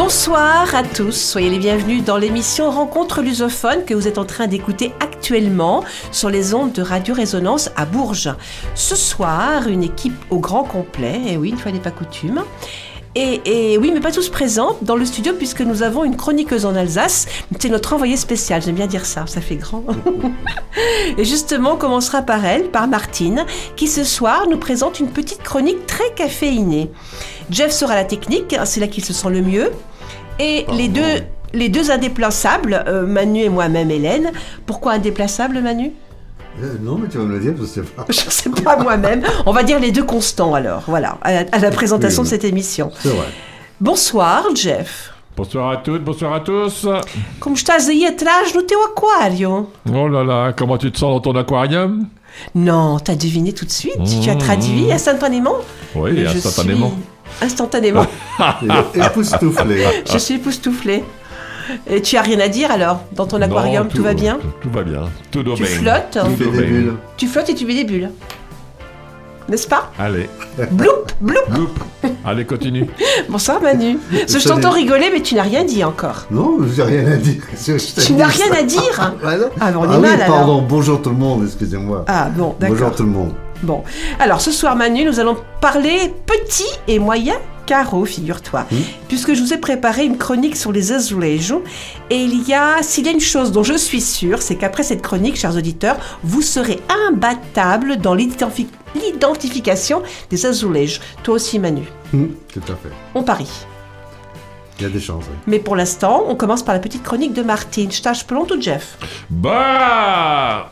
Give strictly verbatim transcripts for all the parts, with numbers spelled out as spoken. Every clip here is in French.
Bonsoir à tous, soyez les bienvenus dans l'émission Rencontre lusophone que vous êtes en train d'écouter actuellement sur les ondes de Radio Résonance à Bourges. Ce soir, une équipe au grand complet, et oui, une fois n'est pas coutume. Et, et oui, mais pas tous présents dans le studio puisque nous avons une chroniqueuse en Alsace. C'est notre envoyée spéciale, j'aime bien dire ça, ça fait grand. Et justement, on commencera par elle, par Martine, qui ce soir nous présente une petite chronique très caféinée. Jeff sera la technique, c'est là qu'il se sent le mieux. Et oh, les, deux, oh. les deux indéplaçables, euh, Manu et moi-même Hélène. Pourquoi indéplaçables, Manu ? Euh, non, mais tu vas me le dire, je sais pas. Je sais pas moi-même. On va dire les deux constants alors, voilà, à la, à la présentation oui, de cette émission. C'est vrai. Bonsoir, Jeff. Bonsoir à toutes, bonsoir à tous. Como estás aí atrás no teu aquário? Oh là là, comment tu te sens dans ton aquarium? Non, t'as deviné tout de suite. Mmh, tu as traduit mmh. instantanément. Oui, mais instantanément. Je suis... Instantanément. Époustouflé. Je suis époustouflée. Et tu as rien à dire alors dans ton aquarium, non, tout, tout va bien? Tout, tout va bien, tout va tu bien. Flottes, tu fais des bulles. Tu flottes et tu mets des bulles. N'est-ce pas? Allez. Bloup, bloup. Bloup. Allez, continue. Bonsoir Manu. Je, je t'entends rigoler, mais tu n'as rien dit encore. Non, j'ai rien à dire. Je tu n'as rien ça. à dire ah, ah bon, on est ah, mal oui, pardon, alors. Bonjour tout le monde, excusez-moi. Ah bon, d'accord. Bonjour tout le monde. Bon, alors ce soir Manu, nous allons parler petits et moyens carreaux, figure-toi, mmh. puisque je vous ai préparé une chronique sur les azulejos. Et il y a, s'il y a une chose dont je suis sûre, c'est qu'après cette chronique, chers auditeurs, vous serez imbattables dans l'identifi- l'identification des azulejos. Toi aussi, Manu. Mmh, tout à fait. On parie. Il y a des chances, oui. Mais pour l'instant, on commence par la petite chronique de Martine. Estás pronto, Jeff? Bah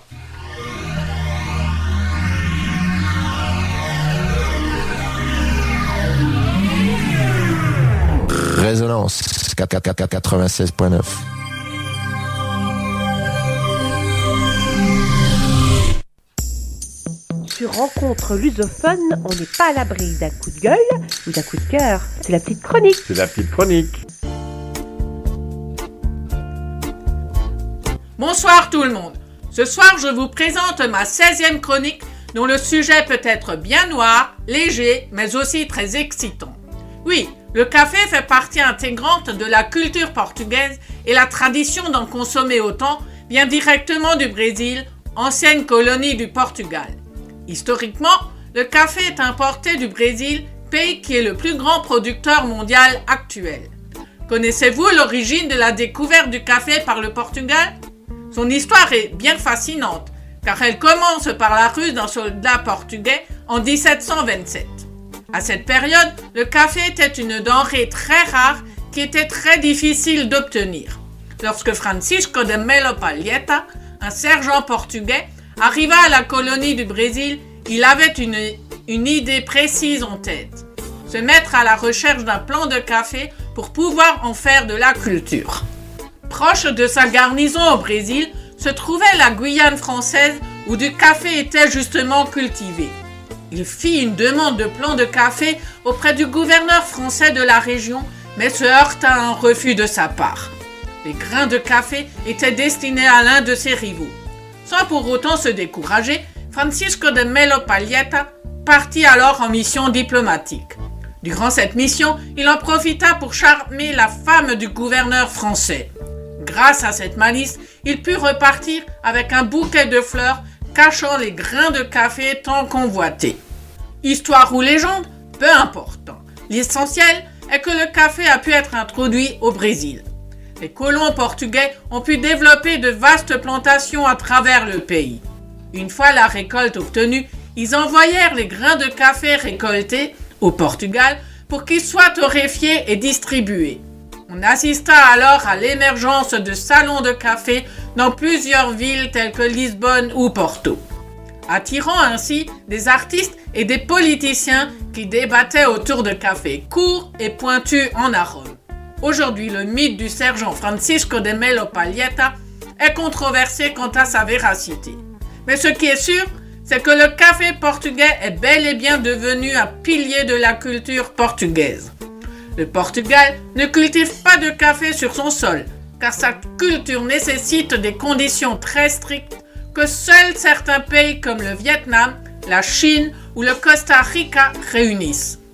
Résonance quatre-vingt-seize point neuf. Sur Rencontre lusophone, on n'est pas à l'abri d'un coup de gueule ou d'un coup de cœur. C'est la petite chronique. C'est la petite chronique. Bonsoir tout le monde. Ce soir, je vous présente ma seizième chronique dont le sujet peut être bien noir, léger, mais aussi très excitant. Oui, le café fait partie intégrante de la culture portugaise et la tradition d'en consommer autant vient directement du Brésil, ancienne colonie du Portugal. Historiquement, le café est importé du Brésil, pays qui est le plus grand producteur mondial actuel. Connaissez-vous l'origine de la découverte du café par le Portugal ? Son histoire est bien fascinante, car elle commence par la ruse d'un soldat portugais en dix-sept cent vingt-sept. À cette période, le café était une denrée très rare qui était très difficile d'obtenir. Lorsque Francisco de Melo Palheta, un sergent portugais, arriva à la colonie du Brésil, il avait une, une idée précise en tête. Se mettre à la recherche d'un plant de café pour pouvoir en faire de la culture. Proche de sa garnison au Brésil se trouvait la Guyane française où du café était justement cultivé. Il fit une demande de plan de café auprès du gouverneur français de la région, mais se heurta à un refus de sa part. Les grains de café étaient destinés à l'un de ses rivaux. Sans pour autant se décourager, Francisco de Melo Palheta partit alors en mission diplomatique. Durant cette mission, il en profita pour charmer la femme du gouverneur français. Grâce à cette malice, il put repartir avec un bouquet de fleurs cachant les grains de café tant convoités. Histoire ou légende, peu importe. L'essentiel est que le café a pu être introduit au Brésil. Les colons portugais ont pu développer de vastes plantations à travers le pays. Une fois la récolte obtenue, ils envoyèrent les grains de café récoltés au Portugal pour qu'ils soient torréfiés et distribués. On assista alors à l'émergence de salons de café dans plusieurs villes telles que Lisbonne ou Porto, attirant ainsi des artistes et des politiciens qui débattaient autour de cafés courts et pointus en arôme. Aujourd'hui, le mythe du sergent Francisco de Melo Palheta est controversé quant à sa véracité. Mais ce qui est sûr, c'est que le café portugais est bel et bien devenu un pilier de la culture portugaise. Le Portugal ne cultive pas de café sur son sol, car sa culture nécessite des conditions très strictes que seuls certains pays comme le Vietnam, la Chine ou le Costa Rica réunissent.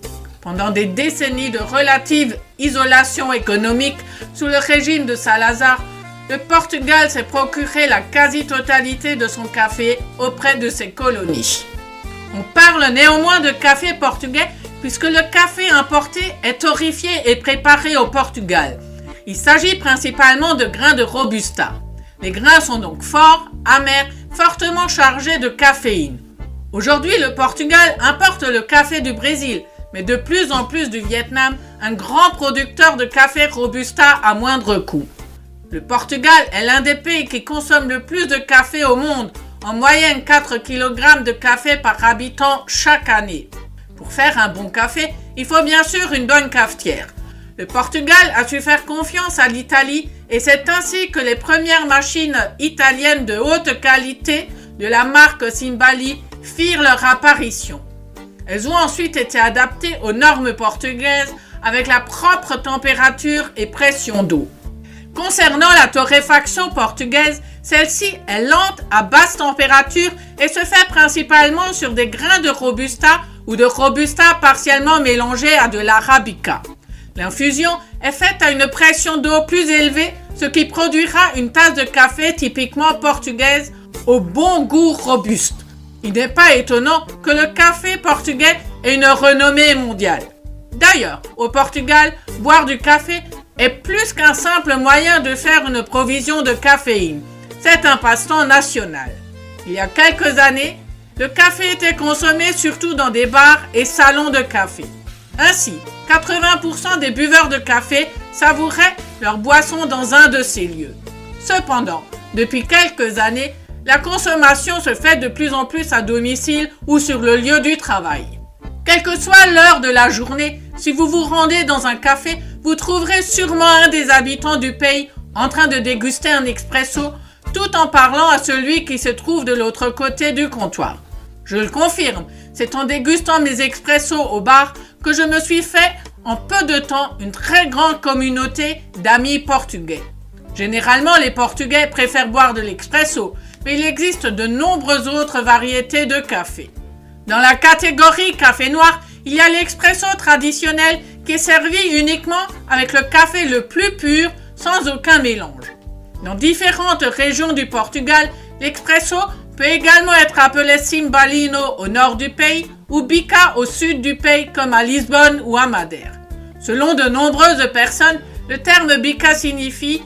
Pendant des décennies de relative isolation économique sous le régime de Salazar, le Portugal s'est procuré la quasi-totalité de son café auprès de ses colonies. On parle néanmoins de café portugais puisque le café importé est torréfié et préparé au Portugal. Il s'agit principalement de grains de Robusta. Les grains sont donc forts, amers, fortement chargés de caféine. Aujourd'hui, le Portugal importe le café du Brésil, mais de plus en plus du Vietnam, un grand producteur de café Robusta à moindre coût. Le Portugal est l'un des pays qui consomme le plus de café au monde, en moyenne quatre kilogrammes de café par habitant chaque année. Pour faire un bon café, il faut bien sûr une bonne cafetière. Le Portugal a su faire confiance à l'Italie et c'est ainsi que les premières machines italiennes de haute qualité de la marque Cimbali firent leur apparition. Elles ont ensuite été adaptées aux normes portugaises avec la propre température et pression d'eau. Concernant la torréfaction portugaise, celle-ci est lente à basse température et se fait principalement sur des grains de Robusta ou de Robusta partiellement mélangés à de l'Arabica. L'infusion est faite à une pression d'eau plus élevée, ce qui produira une tasse de café typiquement portugaise au bon goût robuste. Il n'est pas étonnant que le café portugais ait une renommée mondiale. D'ailleurs, au Portugal, boire du café est plus qu'un simple moyen de faire une provision de caféine. C'est un passe-temps national. Il y a quelques années, le café était consommé surtout dans des bars et salons de café. Ainsi, quatre-vingts pour cent des buveurs de café savouraient leur boisson dans un de ces lieux. Cependant, depuis quelques années, la consommation se fait de plus en plus à domicile ou sur le lieu du travail. Quelle que soit l'heure de la journée, si vous vous rendez dans un café, vous trouverez sûrement un des habitants du pays en train de déguster un expresso, tout en parlant à celui qui se trouve de l'autre côté du comptoir. Je le confirme, c'est en dégustant mes expressos au bar que je me suis fait en peu de temps une très grande communauté d'amis portugais. Généralement, les Portugais préfèrent boire de l'expresso, mais il existe de nombreuses autres variétés de café. Dans la catégorie café noir, il y a l'expresso traditionnel qui est servi uniquement avec le café le plus pur, sans aucun mélange. Dans différentes régions du Portugal, l'expresso peut également être appelé Cimbalino au nord du pays ou Bica au sud du pays comme à Lisbonne ou à Madère. Selon de nombreuses personnes, le terme Bica signifie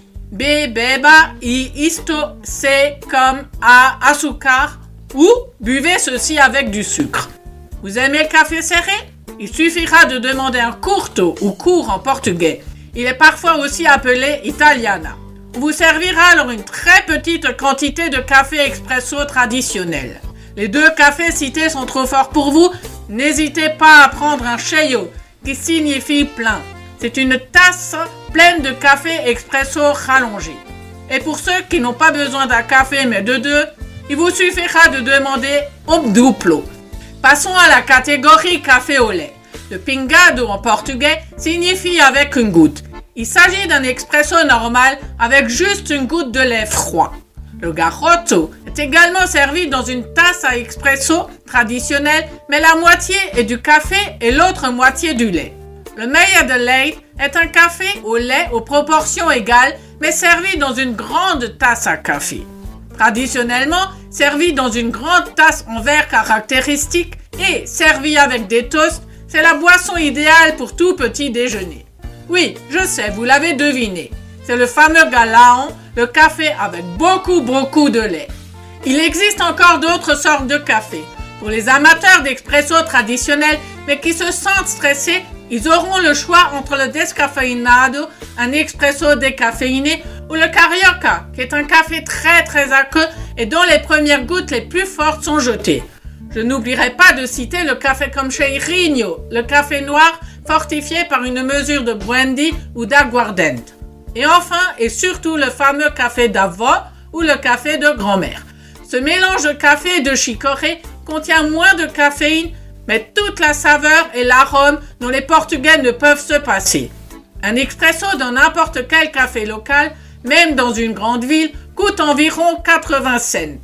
bebeba y isto c'est comme à açúcar ou buvez ceci avec du sucre. Vous aimez le café serré? Il suffira de demander un curto ou court en portugais. Il est parfois aussi appelé italiana. On vous servira alors une très petite quantité de café expresso traditionnel. Les deux cafés cités sont trop forts pour vous. N'hésitez pas à prendre un cheio, qui signifie plein. C'est une tasse pleine de café expresso rallongé. Et pour ceux qui n'ont pas besoin d'un café mais de deux, il vous suffira de demander un duplo. Passons à la catégorie café au lait. Le pingado en portugais signifie avec une goutte. Il s'agit d'un expresso normal avec juste une goutte de lait froid. Le garroto est également servi dans une tasse à expresso traditionnelle, mais la moitié est du café et l'autre moitié du lait. Le meia de lait est un café au lait aux proportions égales, mais servi dans une grande tasse à café. Traditionnellement, servi dans une grande tasse en verre caractéristique et servi avec des toasts, c'est la boisson idéale pour tout petit déjeuner. Oui, je sais, vous l'avez deviné. C'est le fameux galão, le café avec beaucoup, beaucoup de lait. Il existe encore d'autres sortes de café. Pour les amateurs d'expresso traditionnel, mais qui se sentent stressés, ils auront le choix entre le descafeinado, un expresso décaféiné, ou le carioca, qui est un café très très aqueux et dont les premières gouttes les plus fortes sont jetées. Je n'oublierai pas de citer le café comme cheirinho, le café noir fortifié par une mesure de brandy ou d'aguardente. Et enfin et surtout le fameux café d'avó ou le café de grand-mère. Ce mélange de café et de chicorée contient moins de caféine, mais toute la saveur et l'arôme dont les Portugais ne peuvent se passer. Un expresso dans n'importe quel café local, même dans une grande ville, coûte environ quatre-vingts cents.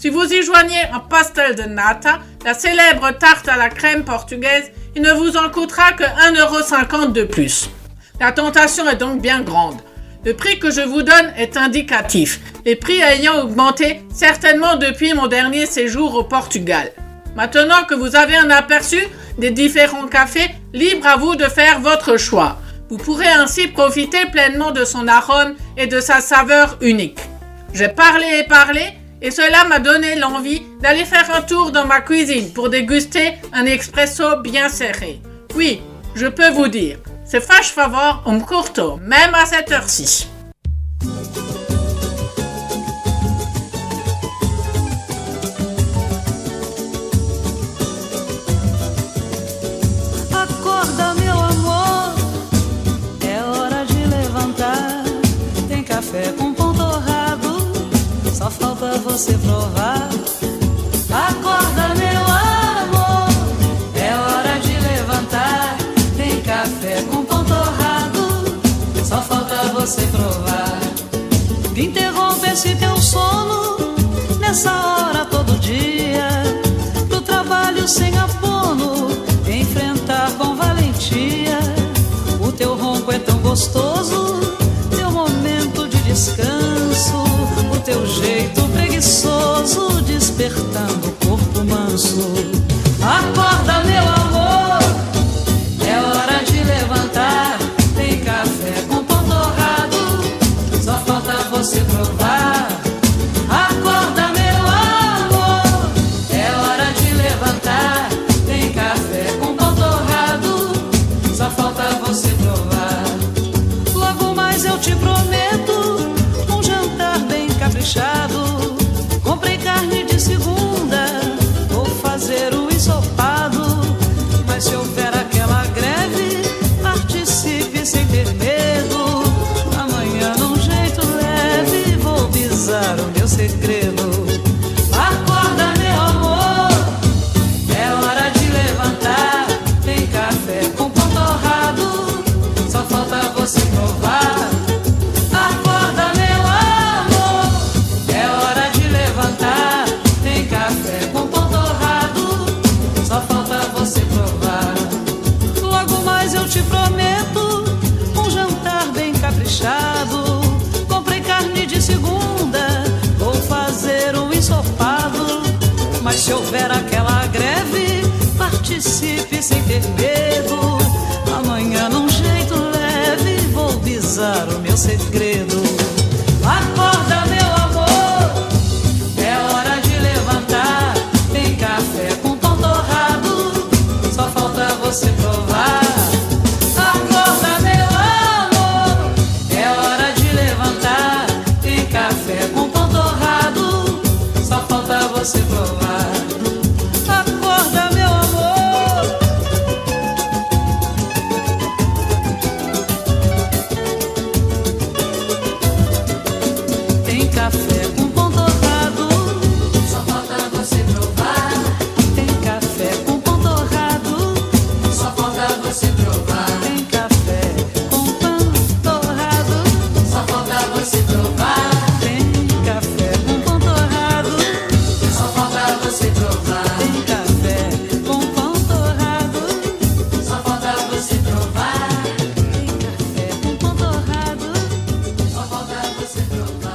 Si vous y joignez un pastel de nata, la célèbre tarte à la crème portugaise, il ne vous en coûtera que un euro cinquante de plus. La tentation est donc bien grande. Le prix que je vous donne est indicatif, les prix ayant augmenté certainement depuis mon dernier séjour au Portugal. Maintenant que vous avez un aperçu des différents cafés, libre à vous de faire votre choix. Vous pourrez ainsi profiter pleinement de son arôme et de sa saveur unique. J'ai parlé et parlé, et cela m'a donné l'envie d'aller faire un tour dans ma cuisine pour déguster un expresso bien serré. Oui, je peux vous dire, c'est faz favor um curto, même à cette heure-ci. Acorda, meu amor, é hora de levantar. Tem café com pão torrado, só falta você provar. Acorda, meu amor, é hora de levantar. Tem café com pão torrado, só falta você provar. Interrompe esse teu sono, nessa hora todo dia, pro trabalho sem apono, enfrentar com valentia. O teu ronco é tão gostoso, teu momento de descanso, o teu jeito preguiçoso, despertando o corpo manso. Acorda, meu amor, é hora de levantar. Tem café com pão torrado, só falta você provar. Acorda, meu amor, é hora de levantar. Tem café com pão torrado, só falta você provar. Logo mais eu te prometo um jantar bem caprichado. Comprei carne de segunda, vou fazer o ensopado. Mas se houver aquela greve, participe sem ter medo. Amanhã num jeito leve vou pisar o meu segredo. Acorda, meu amor, é hora de levantar. Tem café com pão torrado, só falta você provar. Acorda, meu amor, é hora de levantar. Tem café com pão torrado, só falta você provar. Logo mais eu te prometo um jantar bem caprichado. Comprei carne de segunda, vou fazer um ensopado. Mas se houver aquela greve, participe sem ter medo. Amanhã num jeito leve vou pisar o meu segredo. Acorda, meu amor, é hora de levantar. Tem café com pão torrado, só falta você provar. Acorda, meu amor, é hora de levantar. Tem café com pão torrado, só falta você provar. Acorda, meu amor. Tem café com pão torrado, só falta você provar. Tem café com pão torrado, só falta você provar. Tem café com pão torrado, só falta você provar. Tem café com pão torrado, só falta você provar. Tem café com pão torrado, só falta você provar. Tem café com pão torrado, só falta você provar.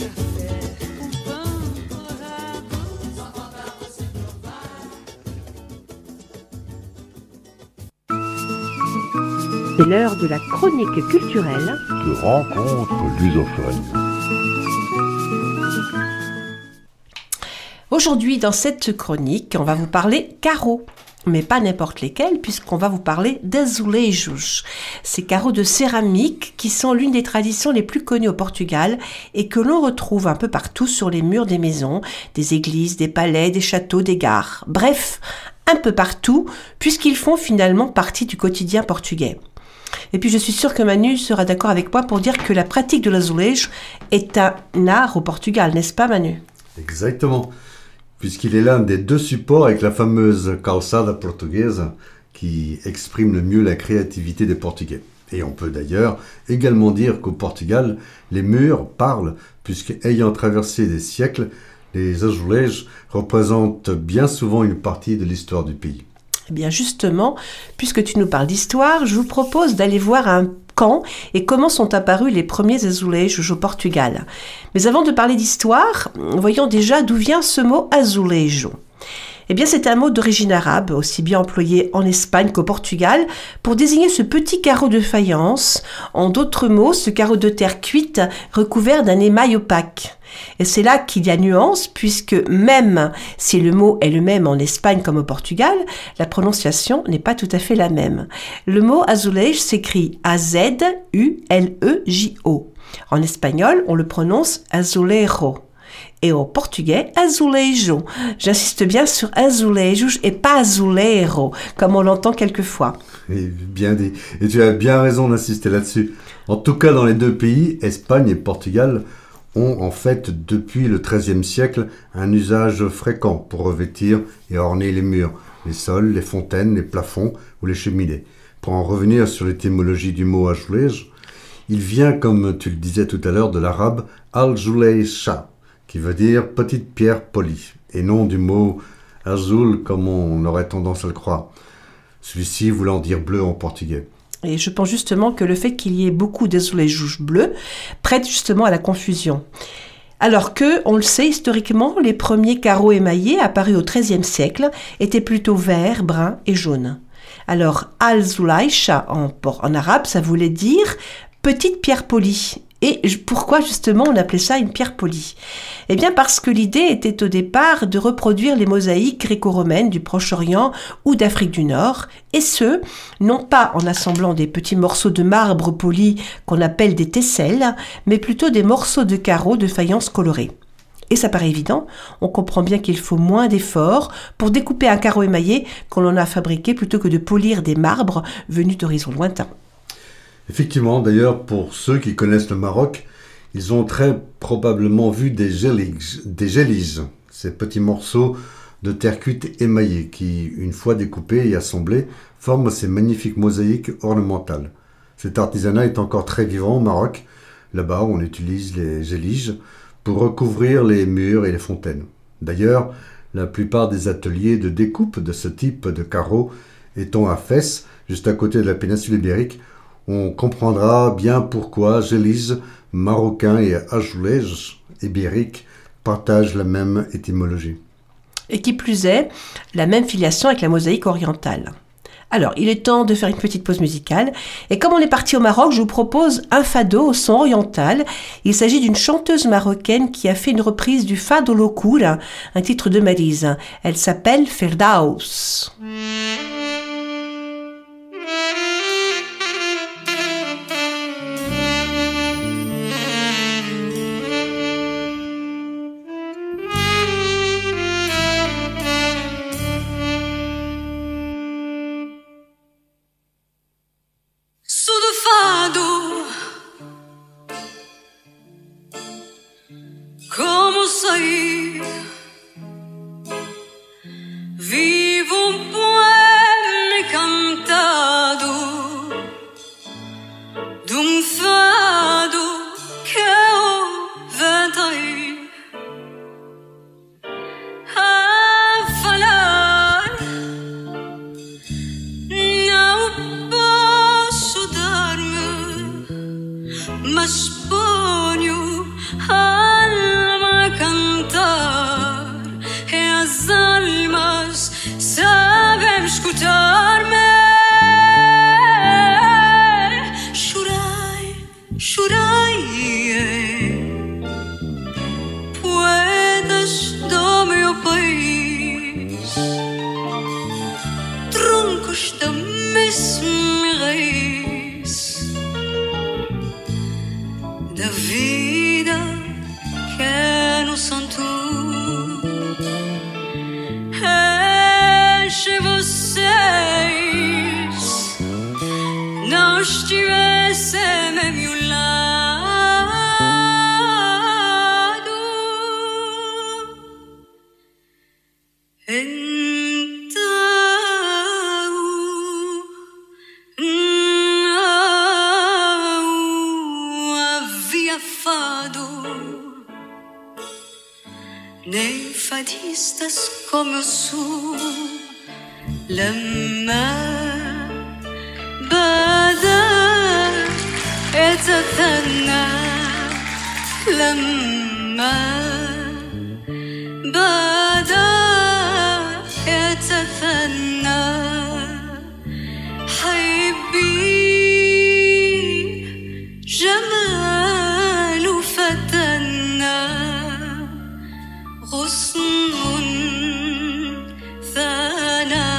C'est l'heure de la chronique culturelle de rencontre lusophone. Aujourd'hui, dans cette chronique, on va vous parler carreaux. Mais pas n'importe lesquels, puisqu'on va vous parler d'azulejos. Ces carreaux de céramique qui sont l'une des traditions les plus connues au Portugal et que l'on retrouve un peu partout sur les murs des maisons, des églises, des palais, des châteaux, des gares. Bref, un peu partout, puisqu'ils font finalement partie du quotidien portugais. Et puis je suis sûre que Manu sera d'accord avec moi pour dire que la pratique de l'azulejo est un art au Portugal, n'est-ce pas Manu ? Exactement, puisqu'il est l'un des deux supports avec la fameuse calçada portugaise qui exprime le mieux la créativité des Portugais. Et on peut d'ailleurs également dire qu'au Portugal, les murs parlent, puisque ayant traversé des siècles, Les azulejos représentent bien souvent une partie de l'histoire du pays. Eh bien justement, puisque tu nous parles d'histoire, je vous propose d'aller voir un quand et comment sont apparus les premiers azulejos au Portugal. Mais avant de parler d'histoire, voyons déjà d'où vient ce mot azulejo. Eh bien, c'est un mot d'origine arabe, aussi bien employé en Espagne qu'au Portugal, pour désigner ce petit carreau de faïence, en d'autres mots, ce carreau de terre cuite recouvert d'un émail opaque. Et c'est là qu'il y a nuance, puisque même si le mot est le même en Espagne comme au Portugal, la prononciation n'est pas tout à fait la même. Le mot azulejo s'écrit A Z U L E J O. En espagnol, on le prononce azulejo. Et au portugais, azulejo. J'insiste bien sur azulejos et pas azulejo, comme on l'entend quelquefois. Et bien dit. Et tu as bien raison d'insister là-dessus. En tout cas, dans les deux pays, Espagne et Portugal, ont en fait, depuis le treizième siècle, un usage fréquent pour revêtir et orner les murs, les sols, les fontaines, les plafonds ou les cheminées. Pour en revenir sur l'étymologie du mot azulejo, il vient, comme tu le disais tout à l'heure, de l'arabe al-juleisha, qui veut dire petite pierre polie, et non du mot azul comme on aurait tendance à le croire. Celui-ci voulant dire bleu en portugais. Et je pense justement que le fait qu'il y ait beaucoup d'azulejos bleus prête justement à la confusion. Alors que, on le sait historiquement, les premiers carreaux émaillés apparus au treizième siècle étaient plutôt verts, bruns et jaunes. Alors, al-Zulaisha en, en arabe, ça voulait dire petite pierre polie. Et pourquoi justement on appelait ça une pierre polie ? Eh bien parce que l'idée était au départ de reproduire les mosaïques gréco-romaines du Proche-Orient ou d'Afrique du Nord, et ce, non pas en assemblant des petits morceaux de marbre poli qu'on appelle des tesselles, mais plutôt des morceaux de carreaux de faïence colorée. Et ça paraît évident, on comprend bien qu'il faut moins d'efforts pour découper un carreau émaillé qu'on en a fabriqué plutôt que de polir des marbres venus d'horizons lointains. Effectivement, d'ailleurs, pour ceux qui connaissent le Maroc, ils ont très probablement vu des geliges, des geliges, ces petits morceaux de terre cuite émaillés qui, une fois découpés et assemblés, forment ces magnifiques mosaïques ornementales. Cet artisanat est encore très vivant au Maroc. Là-bas, on utilise les geliges pour recouvrir les murs et les fontaines. D'ailleurs, la plupart des ateliers de découpe de ce type de carreaux étant à Fès, juste à côté de la péninsule ibérique, on comprendra bien pourquoi geliges marocains et azulejos ibériques partagent la même étymologie. Et qui plus est, la même filiation avec la mosaïque orientale. Alors, il est temps de faire une petite pause musicale. Et comme on est parti au Maroc, je vous propose un fado au son oriental. Il s'agit d'une chanteuse marocaine qui a fait une reprise du Fado Loukoura, un titre de Maryse. Elle s'appelle Ferdaous. Ne فديستس كومسو لما بدا يتثنى لما بدا يتثنى حبي جمال فتنا غصن ثنى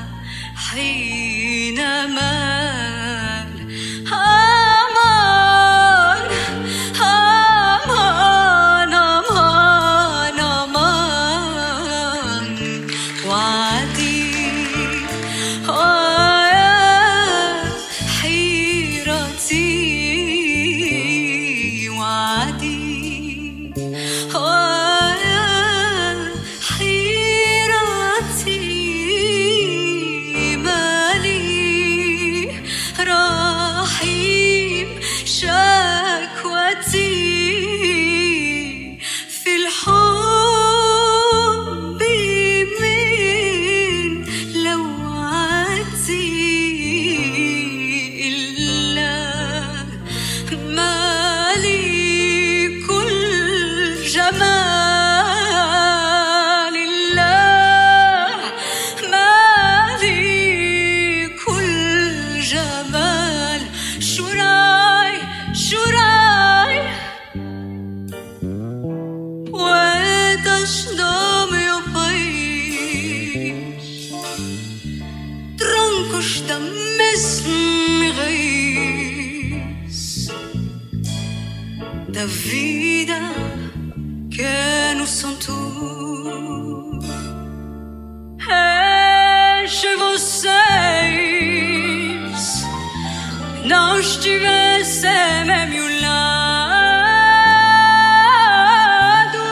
حين مال أمان أمان أمان أمان وعدي آه حيرتي وعدي آه حيرتي مالي رحيم شكوتي في الحب من لوعتي إلا مالي كل جمال الله مالي كل جمال شوراي شوراي ويدش دام يبيش troncos da mesma raiz da vida que nous sommes tous. Et je vocês não estivessem a meu lado,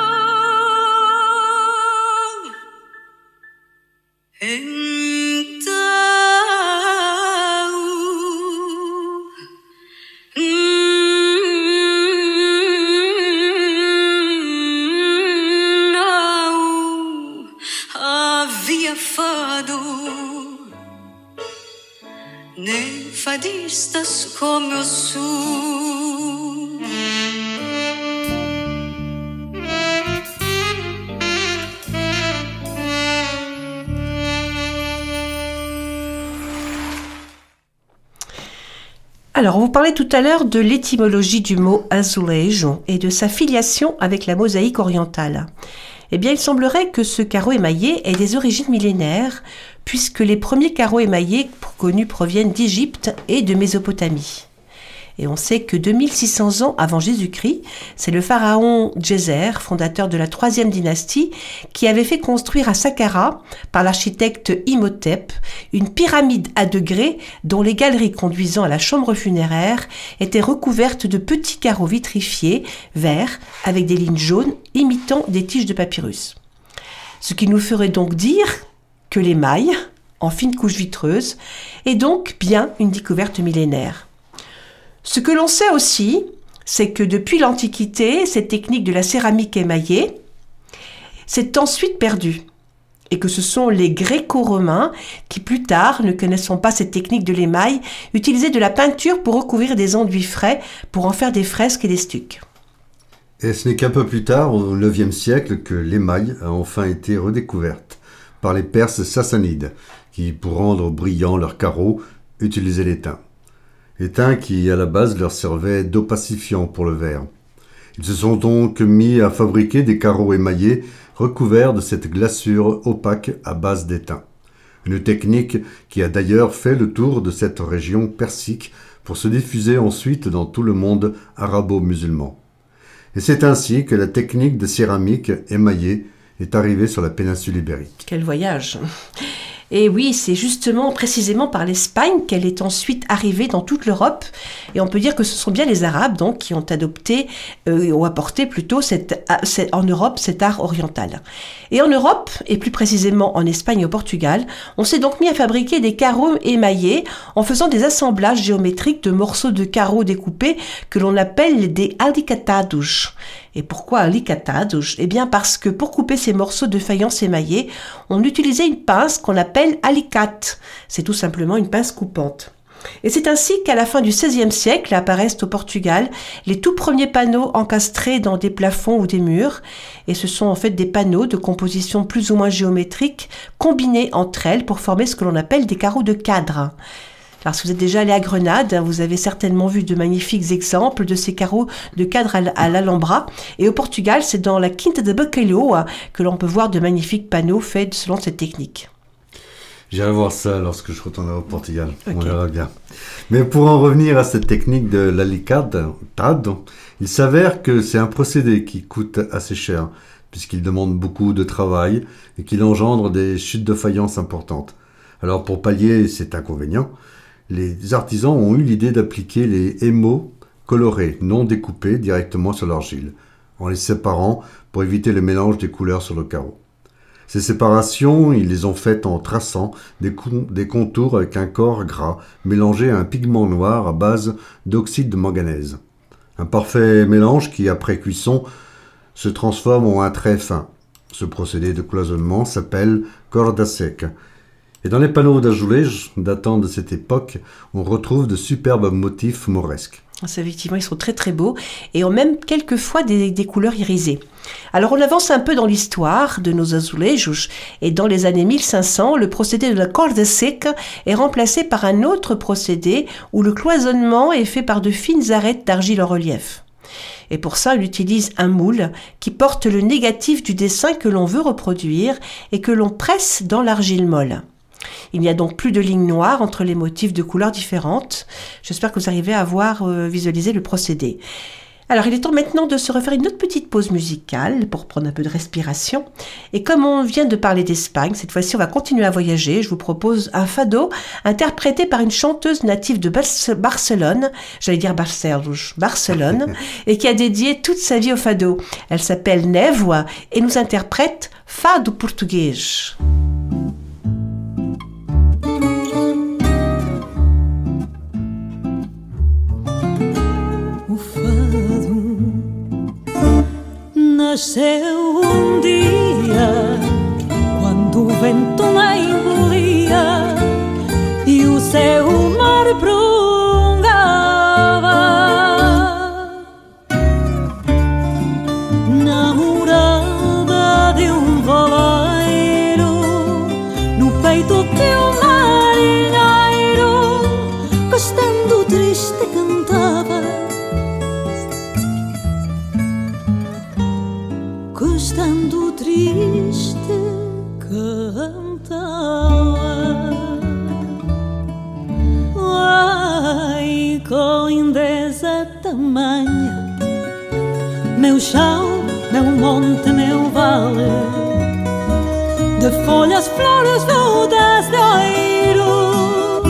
então não havia fado, nem fadistas como eu sou. Alors, on vous parlait tout à l'heure de l'étymologie du mot azulejo et de sa filiation avec la mosaïque orientale. Eh bien, il semblerait que ce carreau émaillé ait des origines millénaires, puisque les premiers carreaux émaillés connus proviennent d'Égypte et de Mésopotamie. Et on sait que deux mille six cents ans avant Jésus-Christ, c'est le pharaon Djéser, fondateur de la troisième dynastie, qui avait fait construire à Saqqara, par l'architecte Imhotep, une pyramide à degrés dont les galeries conduisant à la chambre funéraire étaient recouvertes de petits carreaux vitrifiés, verts, avec des lignes jaunes imitant des tiges de papyrus. Ce qui nous ferait donc dire que l'émail, en fine couche vitreuse, est donc bien une découverte millénaire. Ce que l'on sait aussi, c'est que depuis l'Antiquité, cette technique de la céramique émaillée s'est ensuite perdue. Et que ce sont les Gréco-Romains qui, plus tard, ne connaissant pas cette technique de l'émail, utilisaient de la peinture pour recouvrir des enduits frais, pour en faire des fresques et des stucs. Et ce n'est qu'un peu plus tard, au neuvième siècle, que l'émail a enfin été redécouverte par les Perses sassanides, qui, pour rendre brillants leurs carreaux, utilisaient l'étain. Étain qui, à la base, leur servait d'opacifiant pour le verre. Ils se sont donc mis à fabriquer des carreaux émaillés recouverts de cette glaçure opaque à base d'étain. Une technique qui a d'ailleurs fait le tour de cette région persique pour se diffuser ensuite dans tout le monde arabo-musulman. Et c'est ainsi que la technique de céramique émaillée est arrivée sur la péninsule ibérique. Quel voyage! Et oui, c'est justement, précisément par l'Espagne qu'elle est ensuite arrivée dans toute l'Europe. Et on peut dire que ce sont bien les Arabes donc qui ont adopté, euh, ont apporté plutôt cette, cette, en Europe cet art oriental. Et en Europe, et plus précisément en Espagne et au Portugal, on s'est donc mis à fabriquer des carreaux émaillés en faisant des assemblages géométriques de morceaux de carreaux découpés que l'on appelle des alicatados. Et pourquoi alicatados ? Eh bien parce que pour couper ces morceaux de faïence émaillée, on utilisait une pince qu'on appelle alicate. C'est tout simplement une pince coupante. Et c'est ainsi qu'à la fin du seizième siècle apparaissent au Portugal les tout premiers panneaux encastrés dans des plafonds ou des murs. Et ce sont en fait des panneaux de composition plus ou moins géométrique combinés entre elles pour former ce que l'on appelle des carreaux de cadre. Alors si vous êtes déjà allé à Grenade, vous avez certainement vu de magnifiques exemples de ces carreaux de cadre à l'Alhambra. Et au Portugal, c'est dans la Quinta de Bacalhau que l'on peut voir de magnifiques panneaux faits selon cette technique. J'irai voir ça lorsque je retournerai au Portugal. Okay. On verra bien. Mais pour en revenir à cette technique de l'alicatado, il s'avère que c'est un procédé qui coûte assez cher, puisqu'il demande beaucoup de travail et qu'il engendre des chutes de faïence importantes. Alors pour pallier cet inconvénient, les artisans ont eu l'idée d'appliquer les émaux colorés, non découpés, directement sur l'argile, en les séparant pour éviter le mélange des couleurs sur le carreau. Ces séparations, ils les ont faites en traçant des, co- des contours avec un corps gras mélangé à un pigment noir à base d'oxyde de manganèse. Un parfait mélange qui, après cuisson, se transforme en un trait fin. Ce procédé de cloisonnement s'appelle corda seca. Et dans les panneaux d'azulejos datant de cette époque, on retrouve de superbes motifs mauresques. C'est effectivement, ils sont très très beaux et ont même quelquefois des, des couleurs irisées. Alors on avance un peu dans l'histoire de nos azulejos et dans les années mille cinq cents, le procédé de la corda seca est remplacé par un autre procédé où le cloisonnement est fait par de fines arêtes d'argile en relief. Et pour ça, on utilise un moule qui porte le négatif du dessin que l'on veut reproduire et que l'on presse dans l'argile molle. Il n'y a donc plus de lignes noires entre les motifs de couleurs différentes. J'espère que vous arrivez à voir euh, visualiser le procédé. Alors, il est temps maintenant de se refaire une autre petite pause musicale pour prendre un peu de respiration. Et comme on vient de parler d'Espagne, cette fois-ci, on va continuer à voyager. Je vous propose un fado interprété par une chanteuse native de Bar- Barcelone, j'allais dire Barcelone, Barcelone, et qui a dédié toute sa vie au fado. Elle s'appelle Névoa et nous interprète Fado Português. Nasceu um dia quando o vento lá engolia e o céu o mar prolongava. Namorada de um valeiro, no peito de um marinheiro, que estando triste cantava. Estando triste cantava. Ai, com lindeza tamanha, meu chão, meu monte, meu vale, de folhas, flores, frutas de ouro.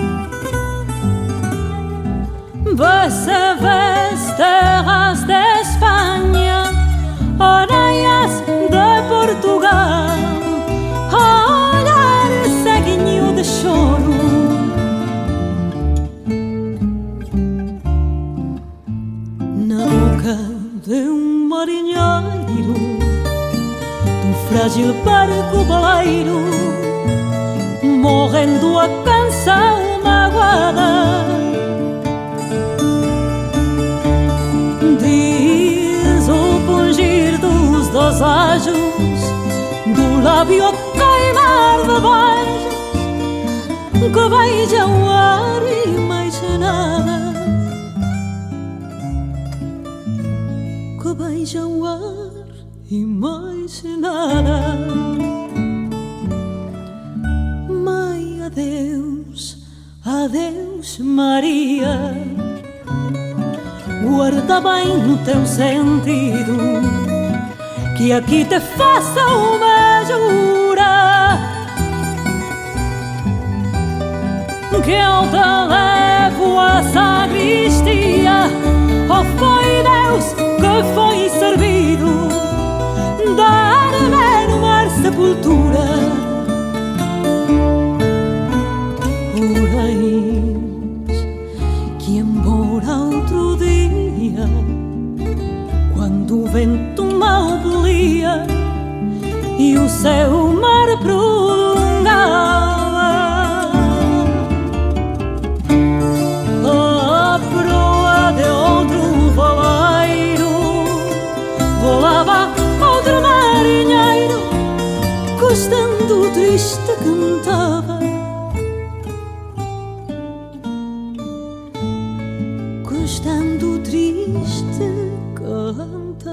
Vê-se, vê-se, terras de Espanha, orelhas de Portugal, olhar ceguinho de choro. Na boca de um marinheiro, um frágil barco baleiro, morrendo a canção magoada. Diz o pungir dos desejos, do lábio a queimar de beijos, que beija o ar e mais nada, que beija o ar e mais nada. Mãe, adeus, adeus Maria, guarda bem no teu sentido, que aqui te faça uma jura, que eu te levo à sacristia. Oh, foi Deus que foi servido, dar-me no mar sepultura. Oreis que embora outro dia, quando o triste cantava, gostando triste cantava.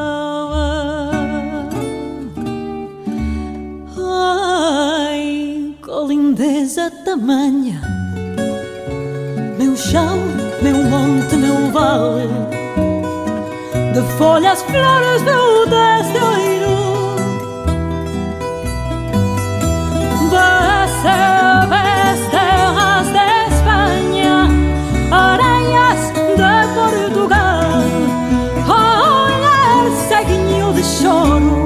Ai, com lindeza tamanha, meu chão, meu monte, meu vale, de folhas, flores, meu desterro, das terras de Espanha, areias de Portugal, olhar ceguinho de choro.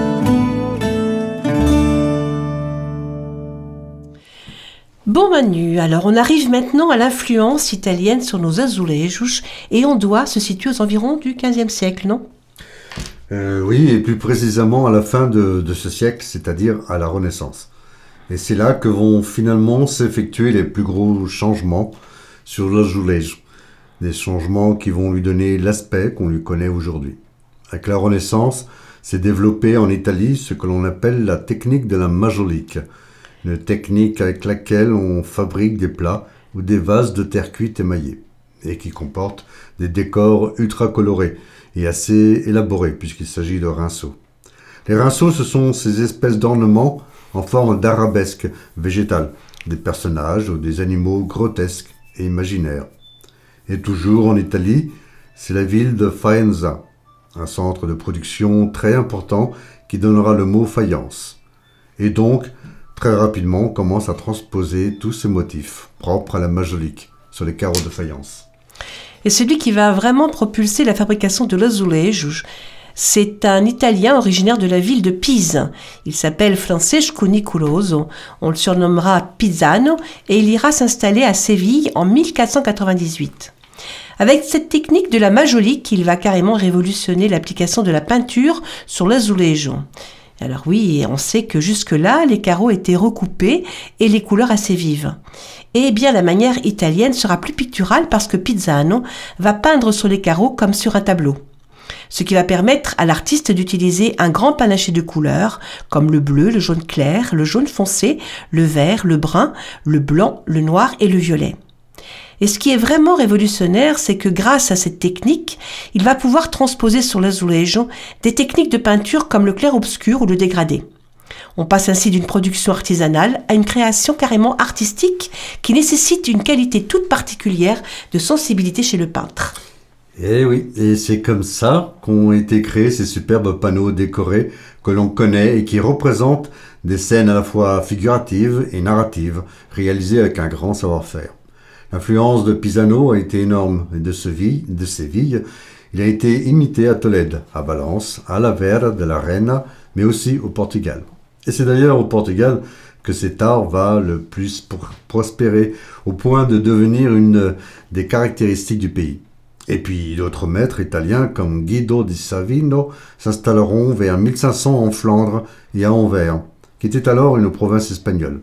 Bon Manu, alors on arrive maintenant à l'influence italienne sur nos azulejos et on doit se situer aux environs du quinzième siècle, non ? euh, Oui, et plus précisément à la fin de, de ce siècle, c'est-à-dire à la Renaissance. Et c'est là que vont finalement s'effectuer les plus gros changements sur l'azulejo, des changements qui vont lui donner l'aspect qu'on lui connaît aujourd'hui. Avec la Renaissance, s'est développée en Italie ce que l'on appelle la technique de la majolique, une technique avec laquelle on fabrique des plats ou des vases de terre cuite émaillés, et qui comporte des décors ultra colorés et assez élaborés puisqu'il s'agit de rinceaux. Les rinceaux, ce sont ces espèces d'ornements en forme d'arabesque végétale, des personnages ou des animaux grotesques et imaginaires. Et toujours en Italie, c'est la ville de Faenza, un centre de production très important qui donnera le mot faïence. Et donc, très rapidement, on commence à transposer tous ces motifs propres à la majolique sur les carreaux de faïence. Et celui qui va vraiment propulser la fabrication de l'azulejo, c'est un Italien originaire de la ville de Pise. Il s'appelle Francesco Nicoloso, on le surnommera Pisano, et il ira s'installer à Séville en mille quatre cent quatre-vingt-dix-huit. Avec cette technique de la majolique, il va carrément révolutionner l'application de la peinture sur l'azulejo. Alors oui, on sait que jusque-là, les carreaux étaient recoupés et les couleurs assez vives. Eh bien, la manière italienne sera plus picturale parce que Pisano va peindre sur les carreaux comme sur un tableau. Ce qui va permettre à l'artiste d'utiliser un grand panaché de couleurs, comme le bleu, le jaune clair, le jaune foncé, le vert, le brun, le blanc, le noir et le violet. Et ce qui est vraiment révolutionnaire, c'est que grâce à cette technique, il va pouvoir transposer sur l'azulejo des techniques de peinture comme le clair-obscur ou le dégradé. On passe ainsi d'une production artisanale à une création carrément artistique qui nécessite une qualité toute particulière de sensibilité chez le peintre. Et oui, et c'est comme ça qu'ont été créés ces superbes panneaux décorés que l'on connaît et qui représentent des scènes à la fois figuratives et narratives, réalisées avec un grand savoir-faire. L'influence de Pisano a été énorme et de Séville, de Séville, il a été imité à Tolède, à Valence, à la Vera de la Reina, mais aussi au Portugal. Et c'est d'ailleurs au Portugal que cet art va le plus prospérer, au point de devenir une des caractéristiques du pays. Et puis d'autres maîtres italiens comme Guido di Savino s'installeront vers mille cinq cents en Flandre et à Anvers, qui était alors une province espagnole.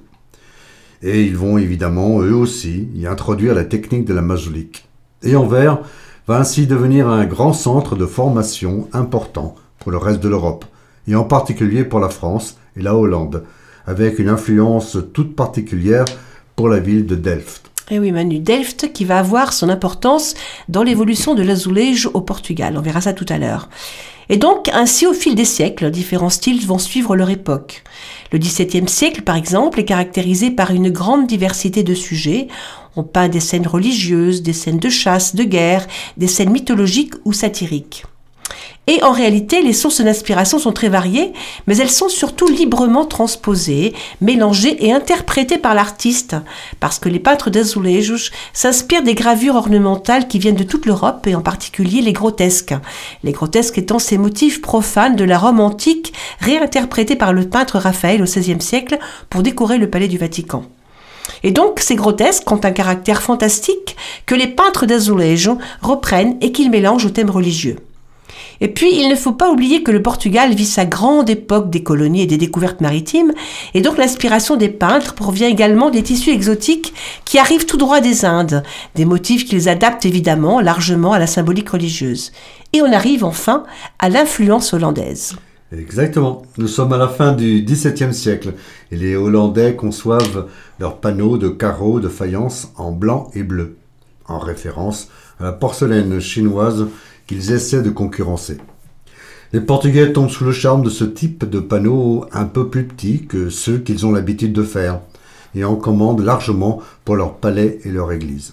Et ils vont évidemment, eux aussi, y introduire la technique de la majolique. Et Anvers va ainsi devenir un grand centre de formation important pour le reste de l'Europe, et en particulier pour la France et la Hollande, avec une influence toute particulière pour la ville de Delft. Et oui, Manu, Delft qui va avoir son importance dans l'évolution de l'azulejo au Portugal. On verra ça tout à l'heure. Et donc, ainsi, au fil des siècles, différents styles vont suivre leur époque. Le dix-septième siècle, par exemple, est caractérisé par une grande diversité de sujets. On peint des scènes religieuses, des scènes de chasse, de guerre, des scènes mythologiques ou satiriques. Et en réalité, les sources d'inspiration sont très variées, mais elles sont surtout librement transposées, mélangées et interprétées par l'artiste, parce que les peintres d'azulejos s'inspirent des gravures ornementales qui viennent de toute l'Europe, et en particulier les grotesques. Les grotesques étant ces motifs profanes de la Rome antique, réinterprétés par le peintre Raphaël au seizième siècle pour décorer le palais du Vatican. Et donc, ces grotesques ont un caractère fantastique que les peintres d'azulejo reprennent et qu'ils mélangent aux thèmes religieux. Et puis, il ne faut pas oublier que le Portugal vit sa grande époque des colonies et des découvertes maritimes, et donc l'inspiration des peintres provient également des tissus exotiques qui arrivent tout droit des Indes, des motifs qu'ils adaptent évidemment largement à la symbolique religieuse. Et on arrive enfin à l'influence hollandaise. Exactement. Nous sommes à la fin du dix-septième siècle et les Hollandais conçoivent leurs panneaux de carreaux de faïence en blanc et bleu, en référence à la porcelaine chinoise qu'ils essaient de concurrencer. Les Portugais tombent sous le charme de ce type de panneaux un peu plus petits que ceux qu'ils ont l'habitude de faire et en commandent largement pour leurs palais et leurs églises.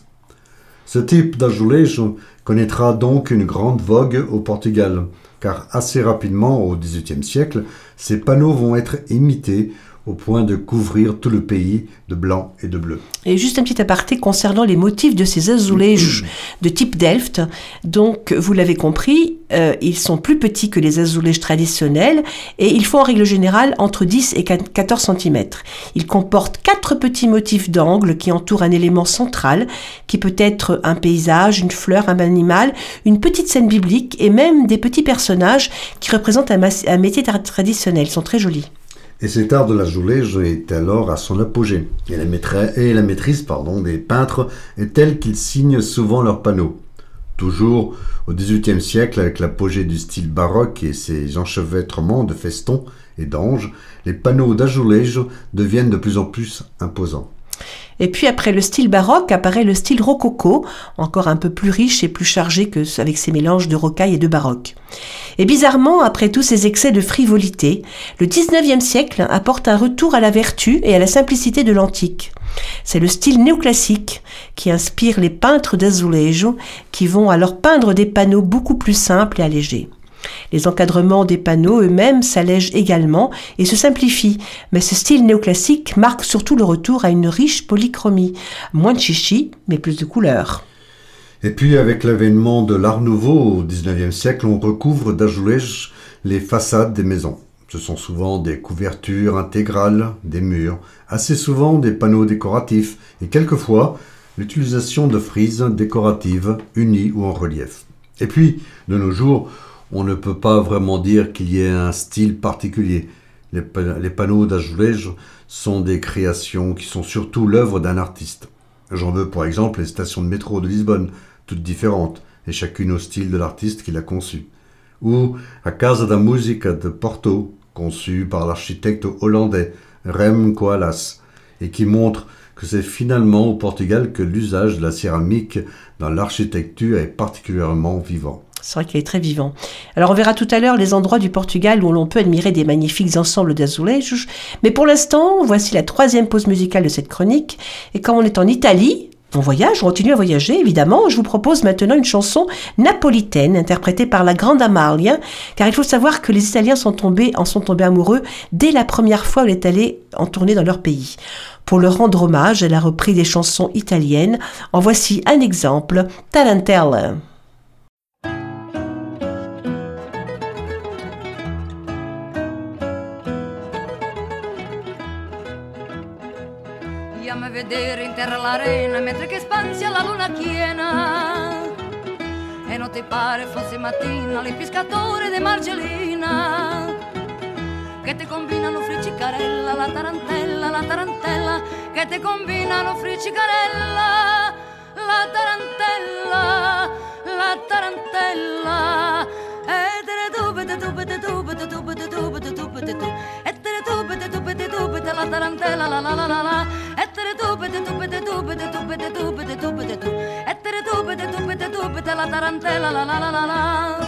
Ce type d'azulejo connaîtra donc une grande vogue au Portugal, car assez rapidement, au dix-huitième siècle, ces panneaux vont être imités au point de couvrir tout le pays de blanc et de bleu. Et juste un petit aparté concernant les motifs de ces azulejos de type Delft. Donc, vous l'avez compris, euh, ils sont plus petits que les azulejos traditionnels et ils font en règle générale entre dix et quatorze centimètres. Ils comportent quatre petits motifs d'angle qui entourent un élément central qui peut être un paysage, une fleur, un animal, une petite scène biblique et même des petits personnages qui représentent un, ma- un métier tra- traditionnel. Ils sont très jolis. Et cet art de l'azulejo est alors à son apogée. Et la, maîtrise, et la maîtrise pardon, des peintres est telle qu'ils signent souvent leurs panneaux. Toujours au dix-huitième siècle, avec l'apogée du style baroque et ses enchevêtrements de festons et d'anges, les panneaux d'azulejo deviennent de plus en plus imposants. Et puis après le style baroque apparaît le style rococo, encore un peu plus riche et plus chargé que avec ses mélanges de rocaille et de baroque. Et bizarrement, après tous ces excès de frivolité, le dix-neuvième siècle apporte un retour à la vertu et à la simplicité de l'antique. C'est le style néoclassique qui inspire les peintres d'azulejo qui vont alors peindre des panneaux beaucoup plus simples et allégés. Les encadrements des panneaux eux-mêmes s'allègent également et se simplifient, mais ce style néoclassique marque surtout le retour à une riche polychromie, moins de chichi, mais plus de couleurs. Et puis avec l'avènement de l'Art Nouveau au dix-neuvième siècle, on recouvre d'azulejo les façades des maisons. Ce sont souvent des couvertures intégrales des murs, assez souvent des panneaux décoratifs et quelquefois l'utilisation de frises décoratives unies ou en relief. Et puis, de nos jours, on ne peut pas vraiment dire qu'il y ait un style particulier. Les, pa- les panneaux d'azulejo sont des créations qui sont surtout l'œuvre d'un artiste. J'en veux pour exemple les stations de métro de Lisbonne, toutes différentes, et chacune au style de l'artiste qui l'a conçue. Ou la Casa da Música de Porto, conçue par l'architecte hollandais Rem Koolhaas, et qui montre que c'est finalement au Portugal que l'usage de la céramique dans l'architecture est particulièrement vivant. C'est vrai qu'il est très vivant. Alors on verra tout à l'heure les endroits du Portugal où l'on peut admirer des magnifiques ensembles d'azulejos. Mais pour l'instant, voici la troisième pause musicale de cette chronique. Et quand on est en Italie, on voyage, on continue à voyager évidemment. Je vous propose maintenant une chanson napolitaine interprétée par la grande Amalia. Car il faut savoir que les Italiens sont tombés, en sont tombés amoureux dès la première fois où elle est allée en tournée dans leur pays. Pour leur rendre hommage, elle a repris des chansons italiennes. En voici un exemple, Tarantella. A vedere in terra l'arena mentre che spanzia la luna piena e non ti pare fosse mattina l'impiscatore de Margellina che te combinano friccicarella la tarantella, la tarantella che te combinano friccicarella la tarantella, la tarantella e te ne dube te dube te dube te dube te dube te dube te dube e te ne dube te dube te dube te la tarantella la la la la la e te ne dube te dube te dube te dube te dube te dube te dube e te ne dube te dube te dube te la tarantella la la la la la.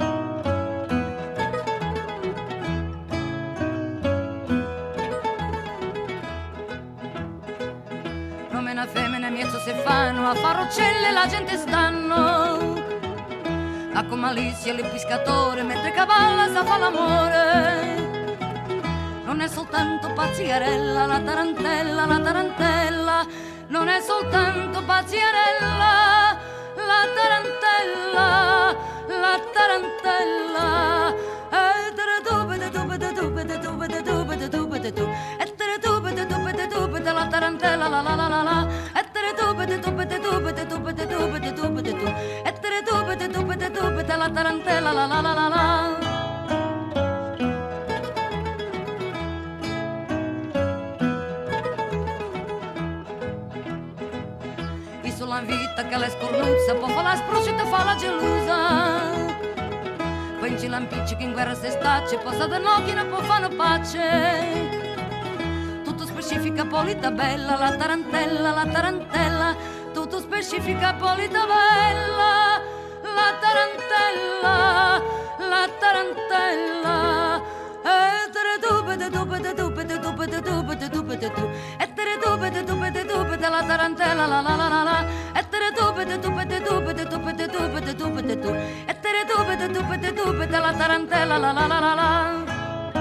Nome femmine miezzo se fanno a farrocelle la gente stanno a con malizia l'impiscatore mentre cavalla sa fa l'amore. Non è soltanto pazziarella la tarantella, la tarantella, non è soltanto pazziarella la tarantella, la tarantella e te ne dube te dube te dube te dube te dube te dube te dube e te ne dube te dube te dube te la tarantella la la la la la e te ne dube te dube te dube te dube te dube te dube te dube e te ne dube te dube te dube te la tarantella la la la la la. Sulla vita che la scornuzza può fare la sproscia e fa la gelosa poi vinci lampicci che in guerra se stacce, posa da nocchi non può fare pace. Tutto specifica polita bella, la tarantella, la tarantella, tutto specifica polita bella, la tarantella, la tarantella. E tere dubete dubete dubete dubete dubete dubete tu, e tere dubete dubete dubete la tarantella la la la la la, e tere dubete dubete dubete dubete dubete dubete tu, e tere dubete dubete dubete la tarantella la la la la la.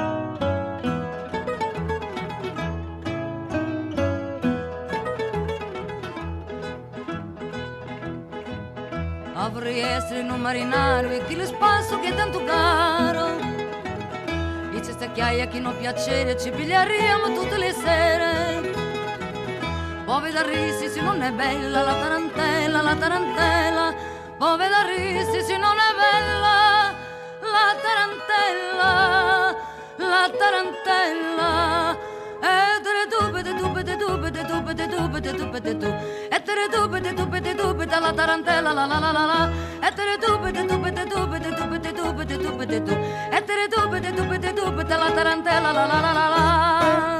Vorrei essere in un marinario e chi le spasso che è tanto caro. Dice sta chiaia che non piacere, ci pigliariamo tutte le sere. Poi da rissi se non è bella la tarantella, la tarantella. Poi da rissi se non è bella la tarantella, la tarantella. E tere dubete dubete dubete dubete dubete dubete tu, e tere dubete dubete dubete la tarantella la la la la la, e tere dubete dubete dubete dubete dubete dubete tu, e tere dubete dubete dubete la tarantella la la la la la.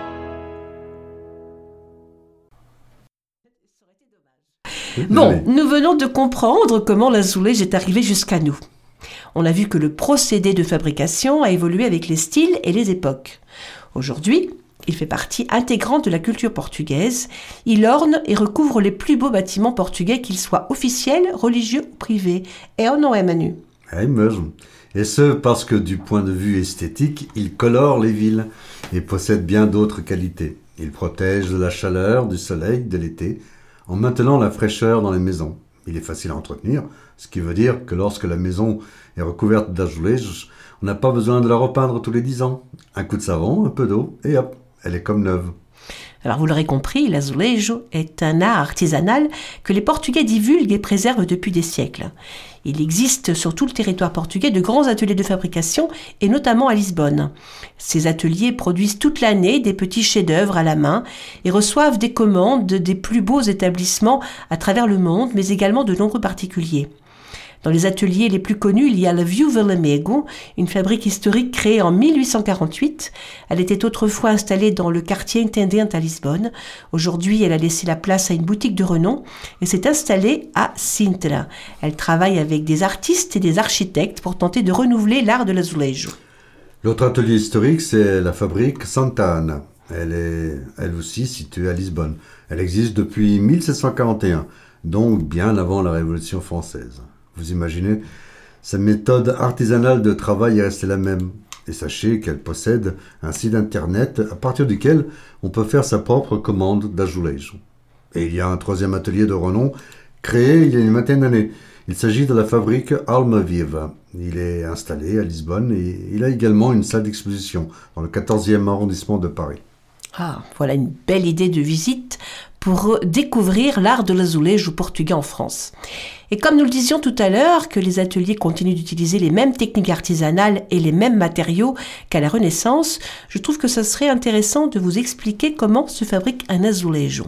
Bon, nous venons de comprendre comment l'azoulège est arrivé jusqu'à nous. On a vu que le procédé de fabrication a évolué avec les styles et les époques. Aujourd'hui, il fait partie intégrante de la culture portugaise. Il orne et recouvre les plus beaux bâtiments portugais, qu'ils soient officiels, religieux ou privés. Et on en est Manu. É mesmo. Et ce, parce que du point de vue esthétique, il colore les villes et possède bien d'autres qualités. Il protège de la chaleur, du soleil, de l'été, en maintenant la fraîcheur dans les maisons. Il est facile à entretenir, ce qui veut dire que lorsque la maison est recouverte d'azulejos, on n'a pas besoin de la repeindre tous les dix ans. Un coup de savon, un peu d'eau, et hop, elle est comme neuve. Alors vous l'aurez compris, l'azulejo est un art artisanal que les Portugais divulguent et préservent depuis des siècles. Il existe sur tout le territoire portugais de grands ateliers de fabrication, et notamment à Lisbonne. Ces ateliers produisent toute l'année des petits chefs-d'œuvre à la main et reçoivent des commandes des plus beaux établissements à travers le monde, mais également de nombreux particuliers. Dans les ateliers les plus connus, il y a la Viúva Lamego, une fabrique historique créée en mille huit cent quarante-huit. Elle était autrefois installée dans le quartier Intendente à Lisbonne. Aujourd'hui, elle a laissé la place à une boutique de renom et s'est installée à Sintra. Elle travaille avec des artistes et des architectes pour tenter de renouveler l'art de l'azulejo. L'autre atelier historique, c'est la fabrique Santa Ana. Elle est, elle aussi, située à Lisbonne. Elle existe depuis mille sept cent quarante et un, donc bien avant la Révolution française. Vous imaginez, sa méthode artisanale de travail est restée la même. Et sachez qu'elle possède un site internet à partir duquel on peut faire sa propre commande d'azulejo. Et il y a un troisième atelier de renom créé il y a une vingtaine d'années. Il s'agit de la fabrique Almaviva. Il est installé à Lisbonne et il a également une salle d'exposition dans le quatorzième arrondissement de Paris. Ah, voilà une belle idée de visite pour découvrir l'art de l'azulejo portugais en France. Et comme nous le disions tout à l'heure, que les ateliers continuent d'utiliser les mêmes techniques artisanales et les mêmes matériaux qu'à la Renaissance, je trouve que ça serait intéressant de vous expliquer comment se fabrique un azulejo.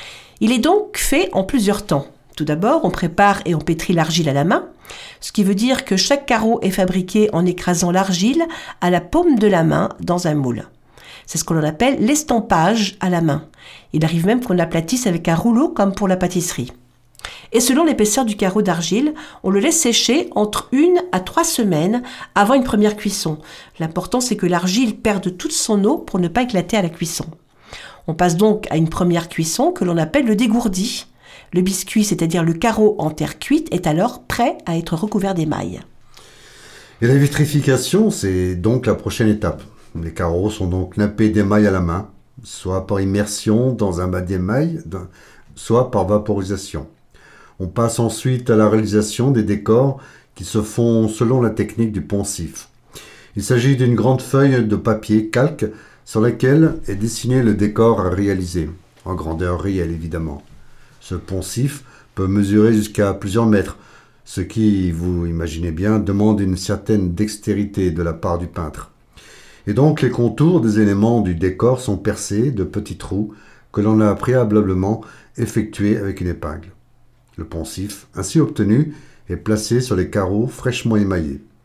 Il est donc fait en plusieurs temps. Tout d'abord, on prépare et on pétrit l'argile à la main, ce qui veut dire que chaque carreau est fabriqué en écrasant l'argile à la paume de la main dans un moule. C'est ce qu'on appelle l'estampage à la main. Il arrive même qu'on l'aplatisse avec un rouleau comme pour la pâtisserie. Et selon l'épaisseur du carreau d'argile, on le laisse sécher entre une à trois semaines avant une première cuisson. L'important, c'est que l'argile perde toute son eau pour ne pas éclater à la cuisson. On passe donc à une première cuisson que l'on appelle le dégourdi. Le biscuit, c'est-à-dire le carreau en terre cuite, est alors prêt à être recouvert d'émail. Et la vitrification, c'est donc la prochaine étape. Les carreaux sont donc nappés d'émail à la main, soit par immersion dans un bain d'émail, soit par vaporisation. On passe ensuite à la réalisation des décors qui se font selon la technique du poncif. Il s'agit d'une grande feuille de papier calque sur laquelle est dessiné le décor à réaliser, en grandeur réelle évidemment. Ce poncif peut mesurer jusqu'à plusieurs mètres, ce qui, vous imaginez bien, demande une certaine dextérité de la part du peintre. Et donc les contours des éléments du décor sont percés de petits trous que l'on a préalablement effectués avec une épingle. Le poncif, ainsi obtenu, est placé sur les carreaux fraîchement émaillés.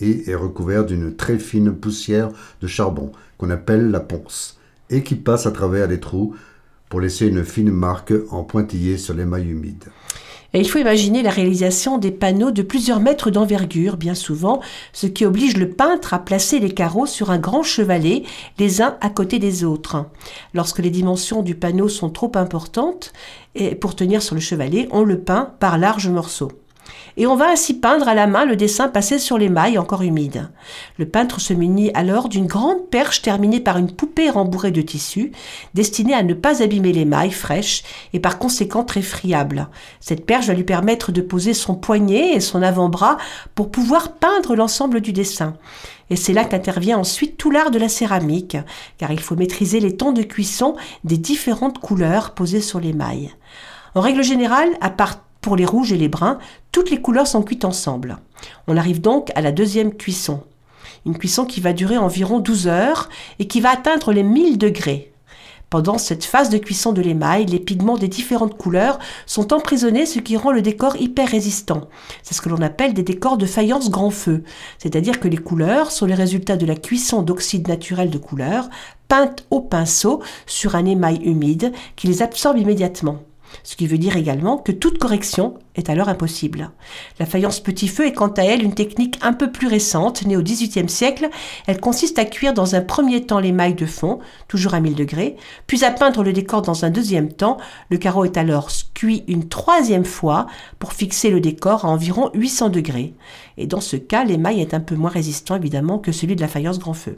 et est recouvert d'une très fine poussière de charbon qu'on appelle la ponce et qui passe à travers les trous pour laisser une fine marque en pointillé sur l'émail humide. Et il faut imaginer la réalisation des panneaux de plusieurs mètres d'envergure, bien souvent, ce qui oblige le peintre à placer les carreaux sur un grand chevalet, les uns à côté des autres. Lorsque les dimensions du panneau sont trop importantes, et pour tenir sur le chevalet, on le peint par larges morceaux. Et on va ainsi peindre à la main le dessin passé sur l'émail encore humide. Le peintre se munit alors d'une grande perche terminée par une poupée rembourrée de tissu, destinée à ne pas abîmer l'émail fraîche et par conséquent très friable. Cette perche va lui permettre de poser son poignet et son avant-bras pour pouvoir peindre l'ensemble du dessin. Et c'est là qu'intervient ensuite tout l'art de la céramique, car il faut maîtriser les temps de cuisson des différentes couleurs posées sur l'émail. En règle générale, à part pour les rouges et les bruns, toutes les couleurs sont cuites ensemble. On arrive donc à la deuxième cuisson. Une cuisson qui va durer environ douze heures et qui va atteindre les mille degrés. Pendant cette phase de cuisson de l'émail, les pigments des différentes couleurs sont emprisonnés, ce qui rend le décor hyper résistant. C'est ce que l'on appelle des décors de faïence grand feu, c'est-à-dire que les couleurs sont les résultats de la cuisson d'oxyde naturel de couleur, peintes au pinceau sur un émail humide qui les absorbe immédiatement. Ce qui veut dire également que toute correction est alors impossible. La faïence petit feu est quant à elle une technique un peu plus récente, née au dix-huitième siècle. Elle consiste à cuire dans un premier temps l'émail de fond, toujours à mille degrés, puis à peindre le décor dans un deuxième temps. Le carreau est alors cuit une troisième fois pour fixer le décor à environ huit cents degrés. Et dans ce cas, l'émail est un peu moins résistant évidemment que celui de la faïence grand feu.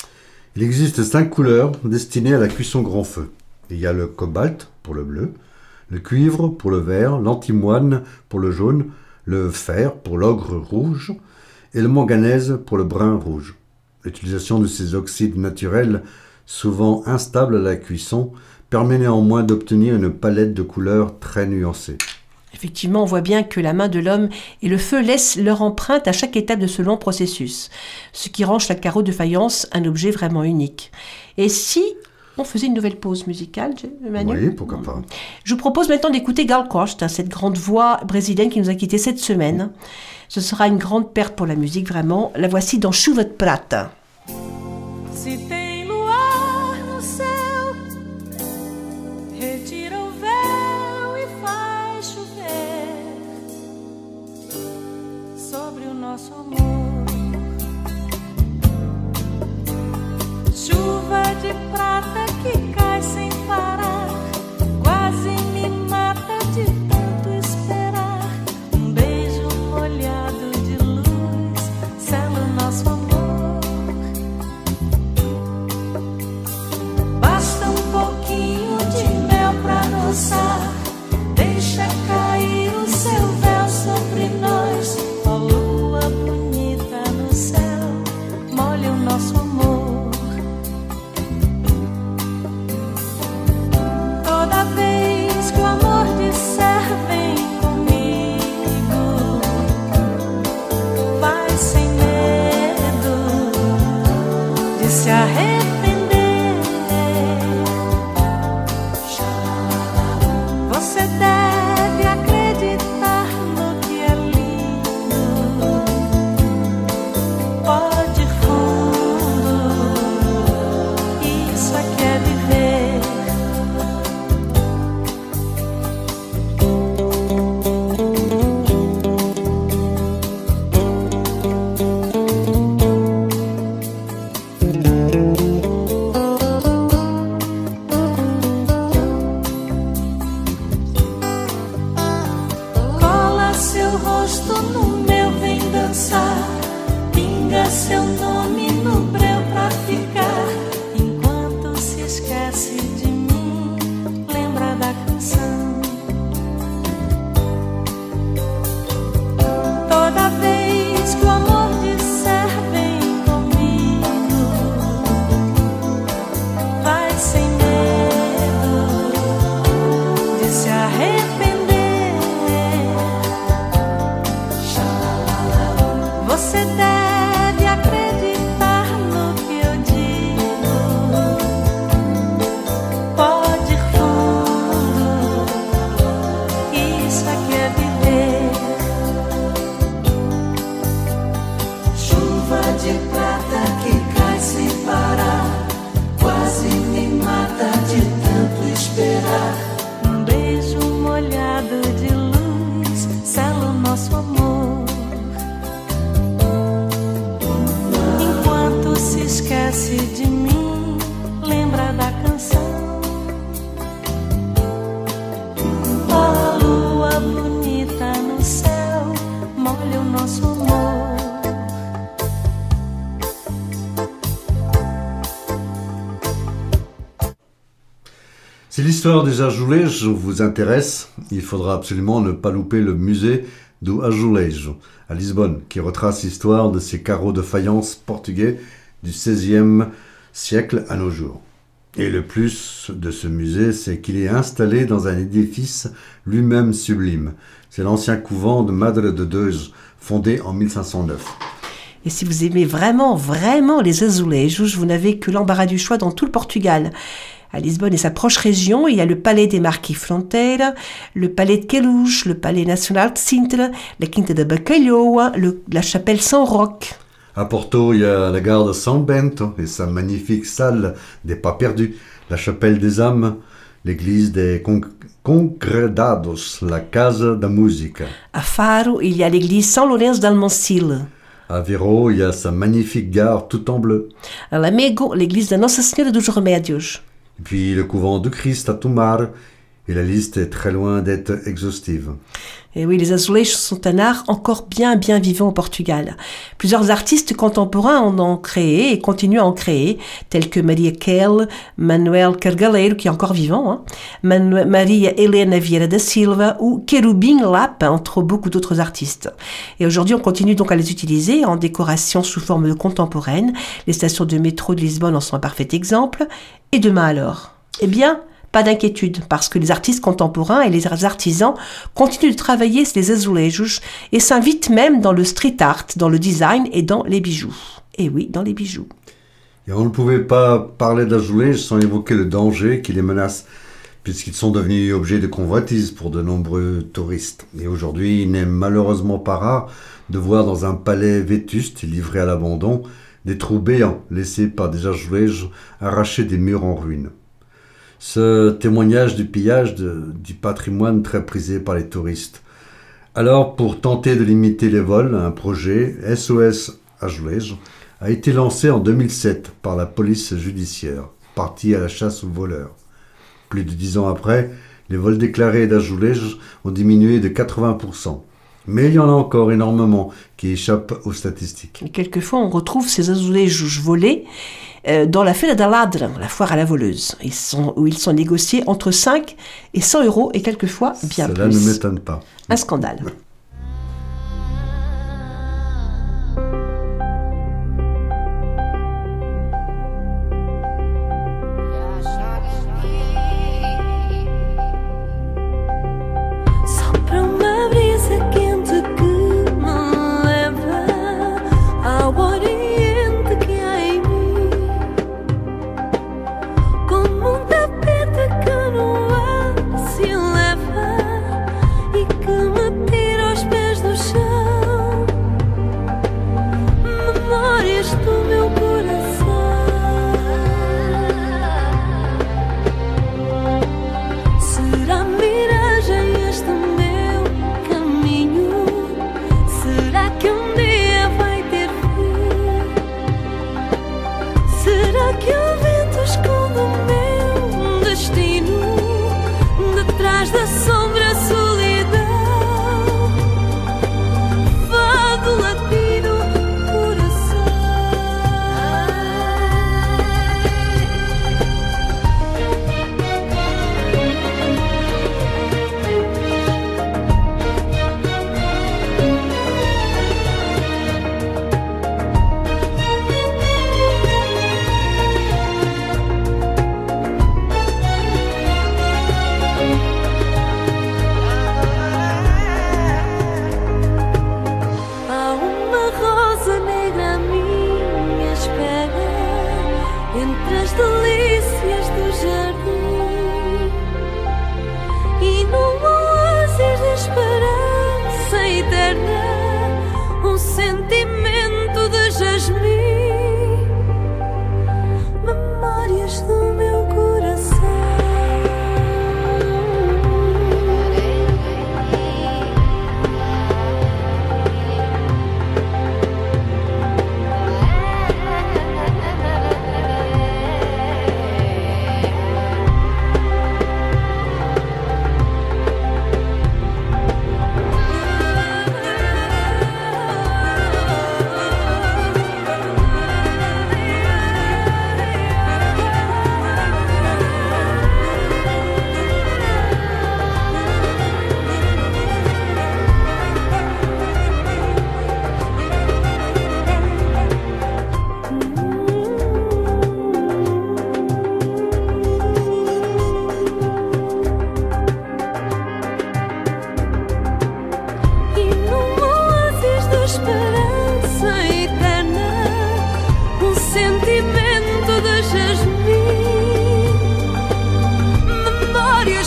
Il existe cinq couleurs destinées à la cuisson grand feu. Il y a le cobalt pour le bleu, le cuivre pour le vert, l'antimoine pour le jaune, le fer pour l'ogre rouge et le manganèse pour le brun rouge. L'utilisation de ces oxydes naturels, souvent instables à la cuisson, permet néanmoins d'obtenir une palette de couleurs très nuancée. Effectivement, on voit bien que la main de l'homme et le feu laissent leur empreinte à chaque étape de ce long processus, ce qui rend chaque carreau de faïence un objet vraiment unique. Et si on faisait une nouvelle pause musicale, Manu ? Oui, pourquoi pas. Je vous propose maintenant d'écouter Gal Costa, cette grande voix brésilienne qui nous a quittés cette semaine. Ce sera une grande perte pour la musique, vraiment. La voici dans Chuva de Prata. Se tem luar no céu, retira o véu e faz chover sobre o nosso amor. Chuva de prata que cai sem parar, quase me mata de tanto esperar. Um beijo molhado de luz sela o nosso amor. Basta um pouquinho de mel pra adoçar, deixa cair o seu véu sobre nós. Ó lua bonita no céu, molha o nosso amor. Toda vez que o amor disser vem comigo, vai sem medo de se arrepender. Você deve acreditar no que é lindo. Pode ir fundo, isso aqui é viver. l'histoire des azulejos vous intéresse, il faudra absolument ne pas louper le musée do Azulejo à Lisbonne, qui retrace l'histoire de ces carreaux de faïence portugais du seizième siècle à nos jours. Et le plus de ce musée, c'est qu'il est installé dans un édifice lui-même sublime. C'est l'ancien couvent de Madre de Deus, fondé en mille cinq cent neuf. Et si vous aimez vraiment, vraiment les azulejos, vous n'avez que l'embarras du choix dans tout le Portugal. À Lisbonne et sa proche région, il y a le palais des Marquis Fronteira, le palais de Queluz, le palais national de Sintra, la Quinta de Bacalhau, le, la chapelle São Roque. À Porto, il y a la gare de São Bento et sa magnifique salle des pas perdus, la chapelle des âmes, l'église des con- Congregados, la Casa da Música. À Faro, il y a l'église São Lourenço d'Almoncil. À Aveiro, il y a sa magnifique gare tout en bleu. À Lamego, l'église de Nossa Senhora dos Remédios. Et puis le couvent du Christ à Tomar, et la liste est très loin d'être exhaustive. Et oui, les azulejos sont un art encore bien, bien vivant au Portugal. Plusieurs artistes contemporains en ont créé et continuent à en créer, tels que Maria Kell, Manuel Cargaleiro, qui est encore vivant, hein, Manu- Maria Helena Vieira da Silva ou Querubim Lap, entre beaucoup d'autres artistes. Et aujourd'hui, on continue donc à les utiliser en décoration sous forme de contemporaine. Les stations de métro de Lisbonne en sont un parfait exemple. Et demain alors ? Eh bien, pas d'inquiétude, parce que les artistes contemporains et les artisans continuent de travailler les azulejos et s'invitent même dans le street art, dans le design et dans les bijoux. Et oui, dans les bijoux. Et on ne pouvait pas parler d'azulejos sans évoquer le danger qui les menace, puisqu'ils sont devenus objets de convoitise pour de nombreux touristes. Et aujourd'hui, il n'est malheureusement pas rare de voir dans un palais vétuste et livré à l'abandon des trous béants laissés par des azulejos arrachés des murs en ruine. Ce témoignage du pillage de, du patrimoine très prisé par les touristes. Alors, pour tenter de limiter les vols, un projet S O S Azulejo a été lancé en deux mille sept par la police judiciaire, partie à la chasse aux voleurs. Plus de dix ans après, les vols déclarés d'azulejos ont diminué de quatre-vingts pour cent. Mais il y en a encore énormément qui échappent aux statistiques. Et quelquefois, on retrouve ces azulejos volés euh, dans la Feira da Ladra, la foire à la voleuse, ils sont, où ils sont négociés entre cinq et cent euros et quelquefois bien Cela plus. ne m'étonne pas. Un scandale. Sopra uma brisa quente que me leva ao oriente que há em mim, como um tapete que no ar se eleva e que me tira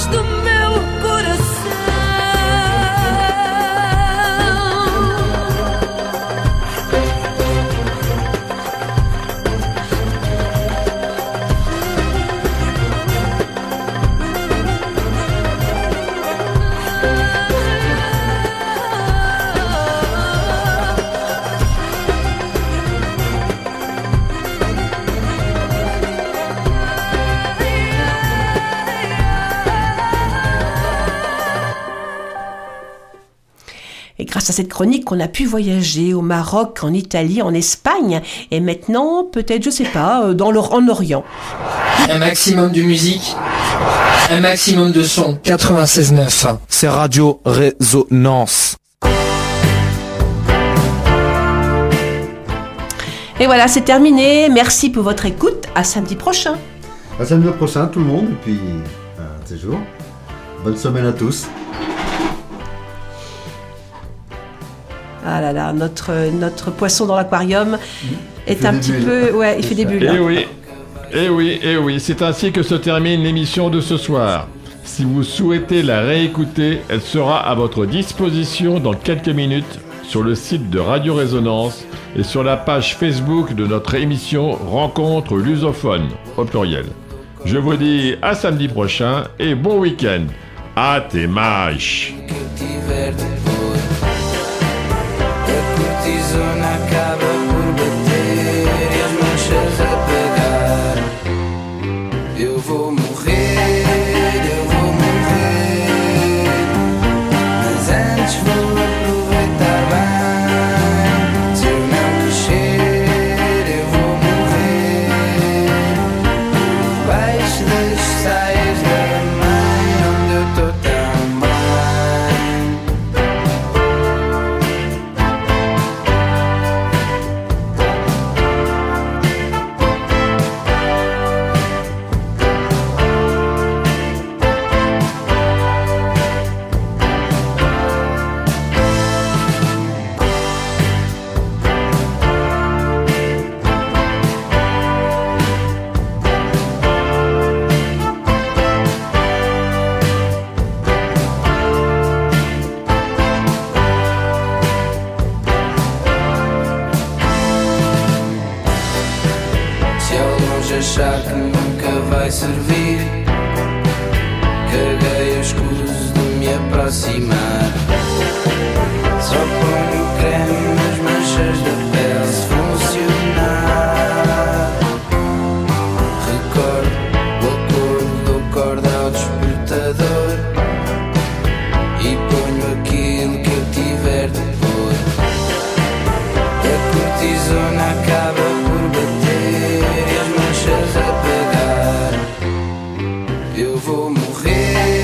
do meu coração. Et grâce à cette chronique, on a pu voyager au Maroc, en Italie, en Espagne, et maintenant, peut-être, je sais pas, dans le, en Orient. Un maximum de musique, un maximum de son. quatre-vingt-seize neuf, c'est Radio Résonance. Et voilà, c'est terminé. Merci pour votre écoute. À samedi prochain. À samedi prochain, tout le monde. Et puis, un de ces jours. Bonne semaine à tous. Ah là là, notre, notre poisson dans l'aquarium il est un petit bulles. peu... Ouais, il fait des bulles. Eh oui, eh oui, eh oui, c'est ainsi que se termine l'émission de ce soir. Si vous souhaitez la réécouter, elle sera à votre disposition dans quelques minutes sur le site de Radio Résonance et sur la page Facebook de notre émission Rencontre lusophone, au pluriel. Je vous dis à samedi prochain et bon week-end. À tes mâches. Cortisona acaba por bater e as manchas apagar. Eu vou morrer, eu vou morrer, mas antes vou aproveitar bem. Se eu não crescer, eu vou morrer debaixo das saias da mãe, onde eu tô tão bem. Achar que nunca vai servir, caguei o escuso de me aproximar. Só ponho creme nas manchas da pele se funcionar. Recordo o acordo, dou corda ao despertador e ponho aquilo que eu tiver de pôr. A cortisona acaba por bater e as manchas apagar. Eu vou morrer.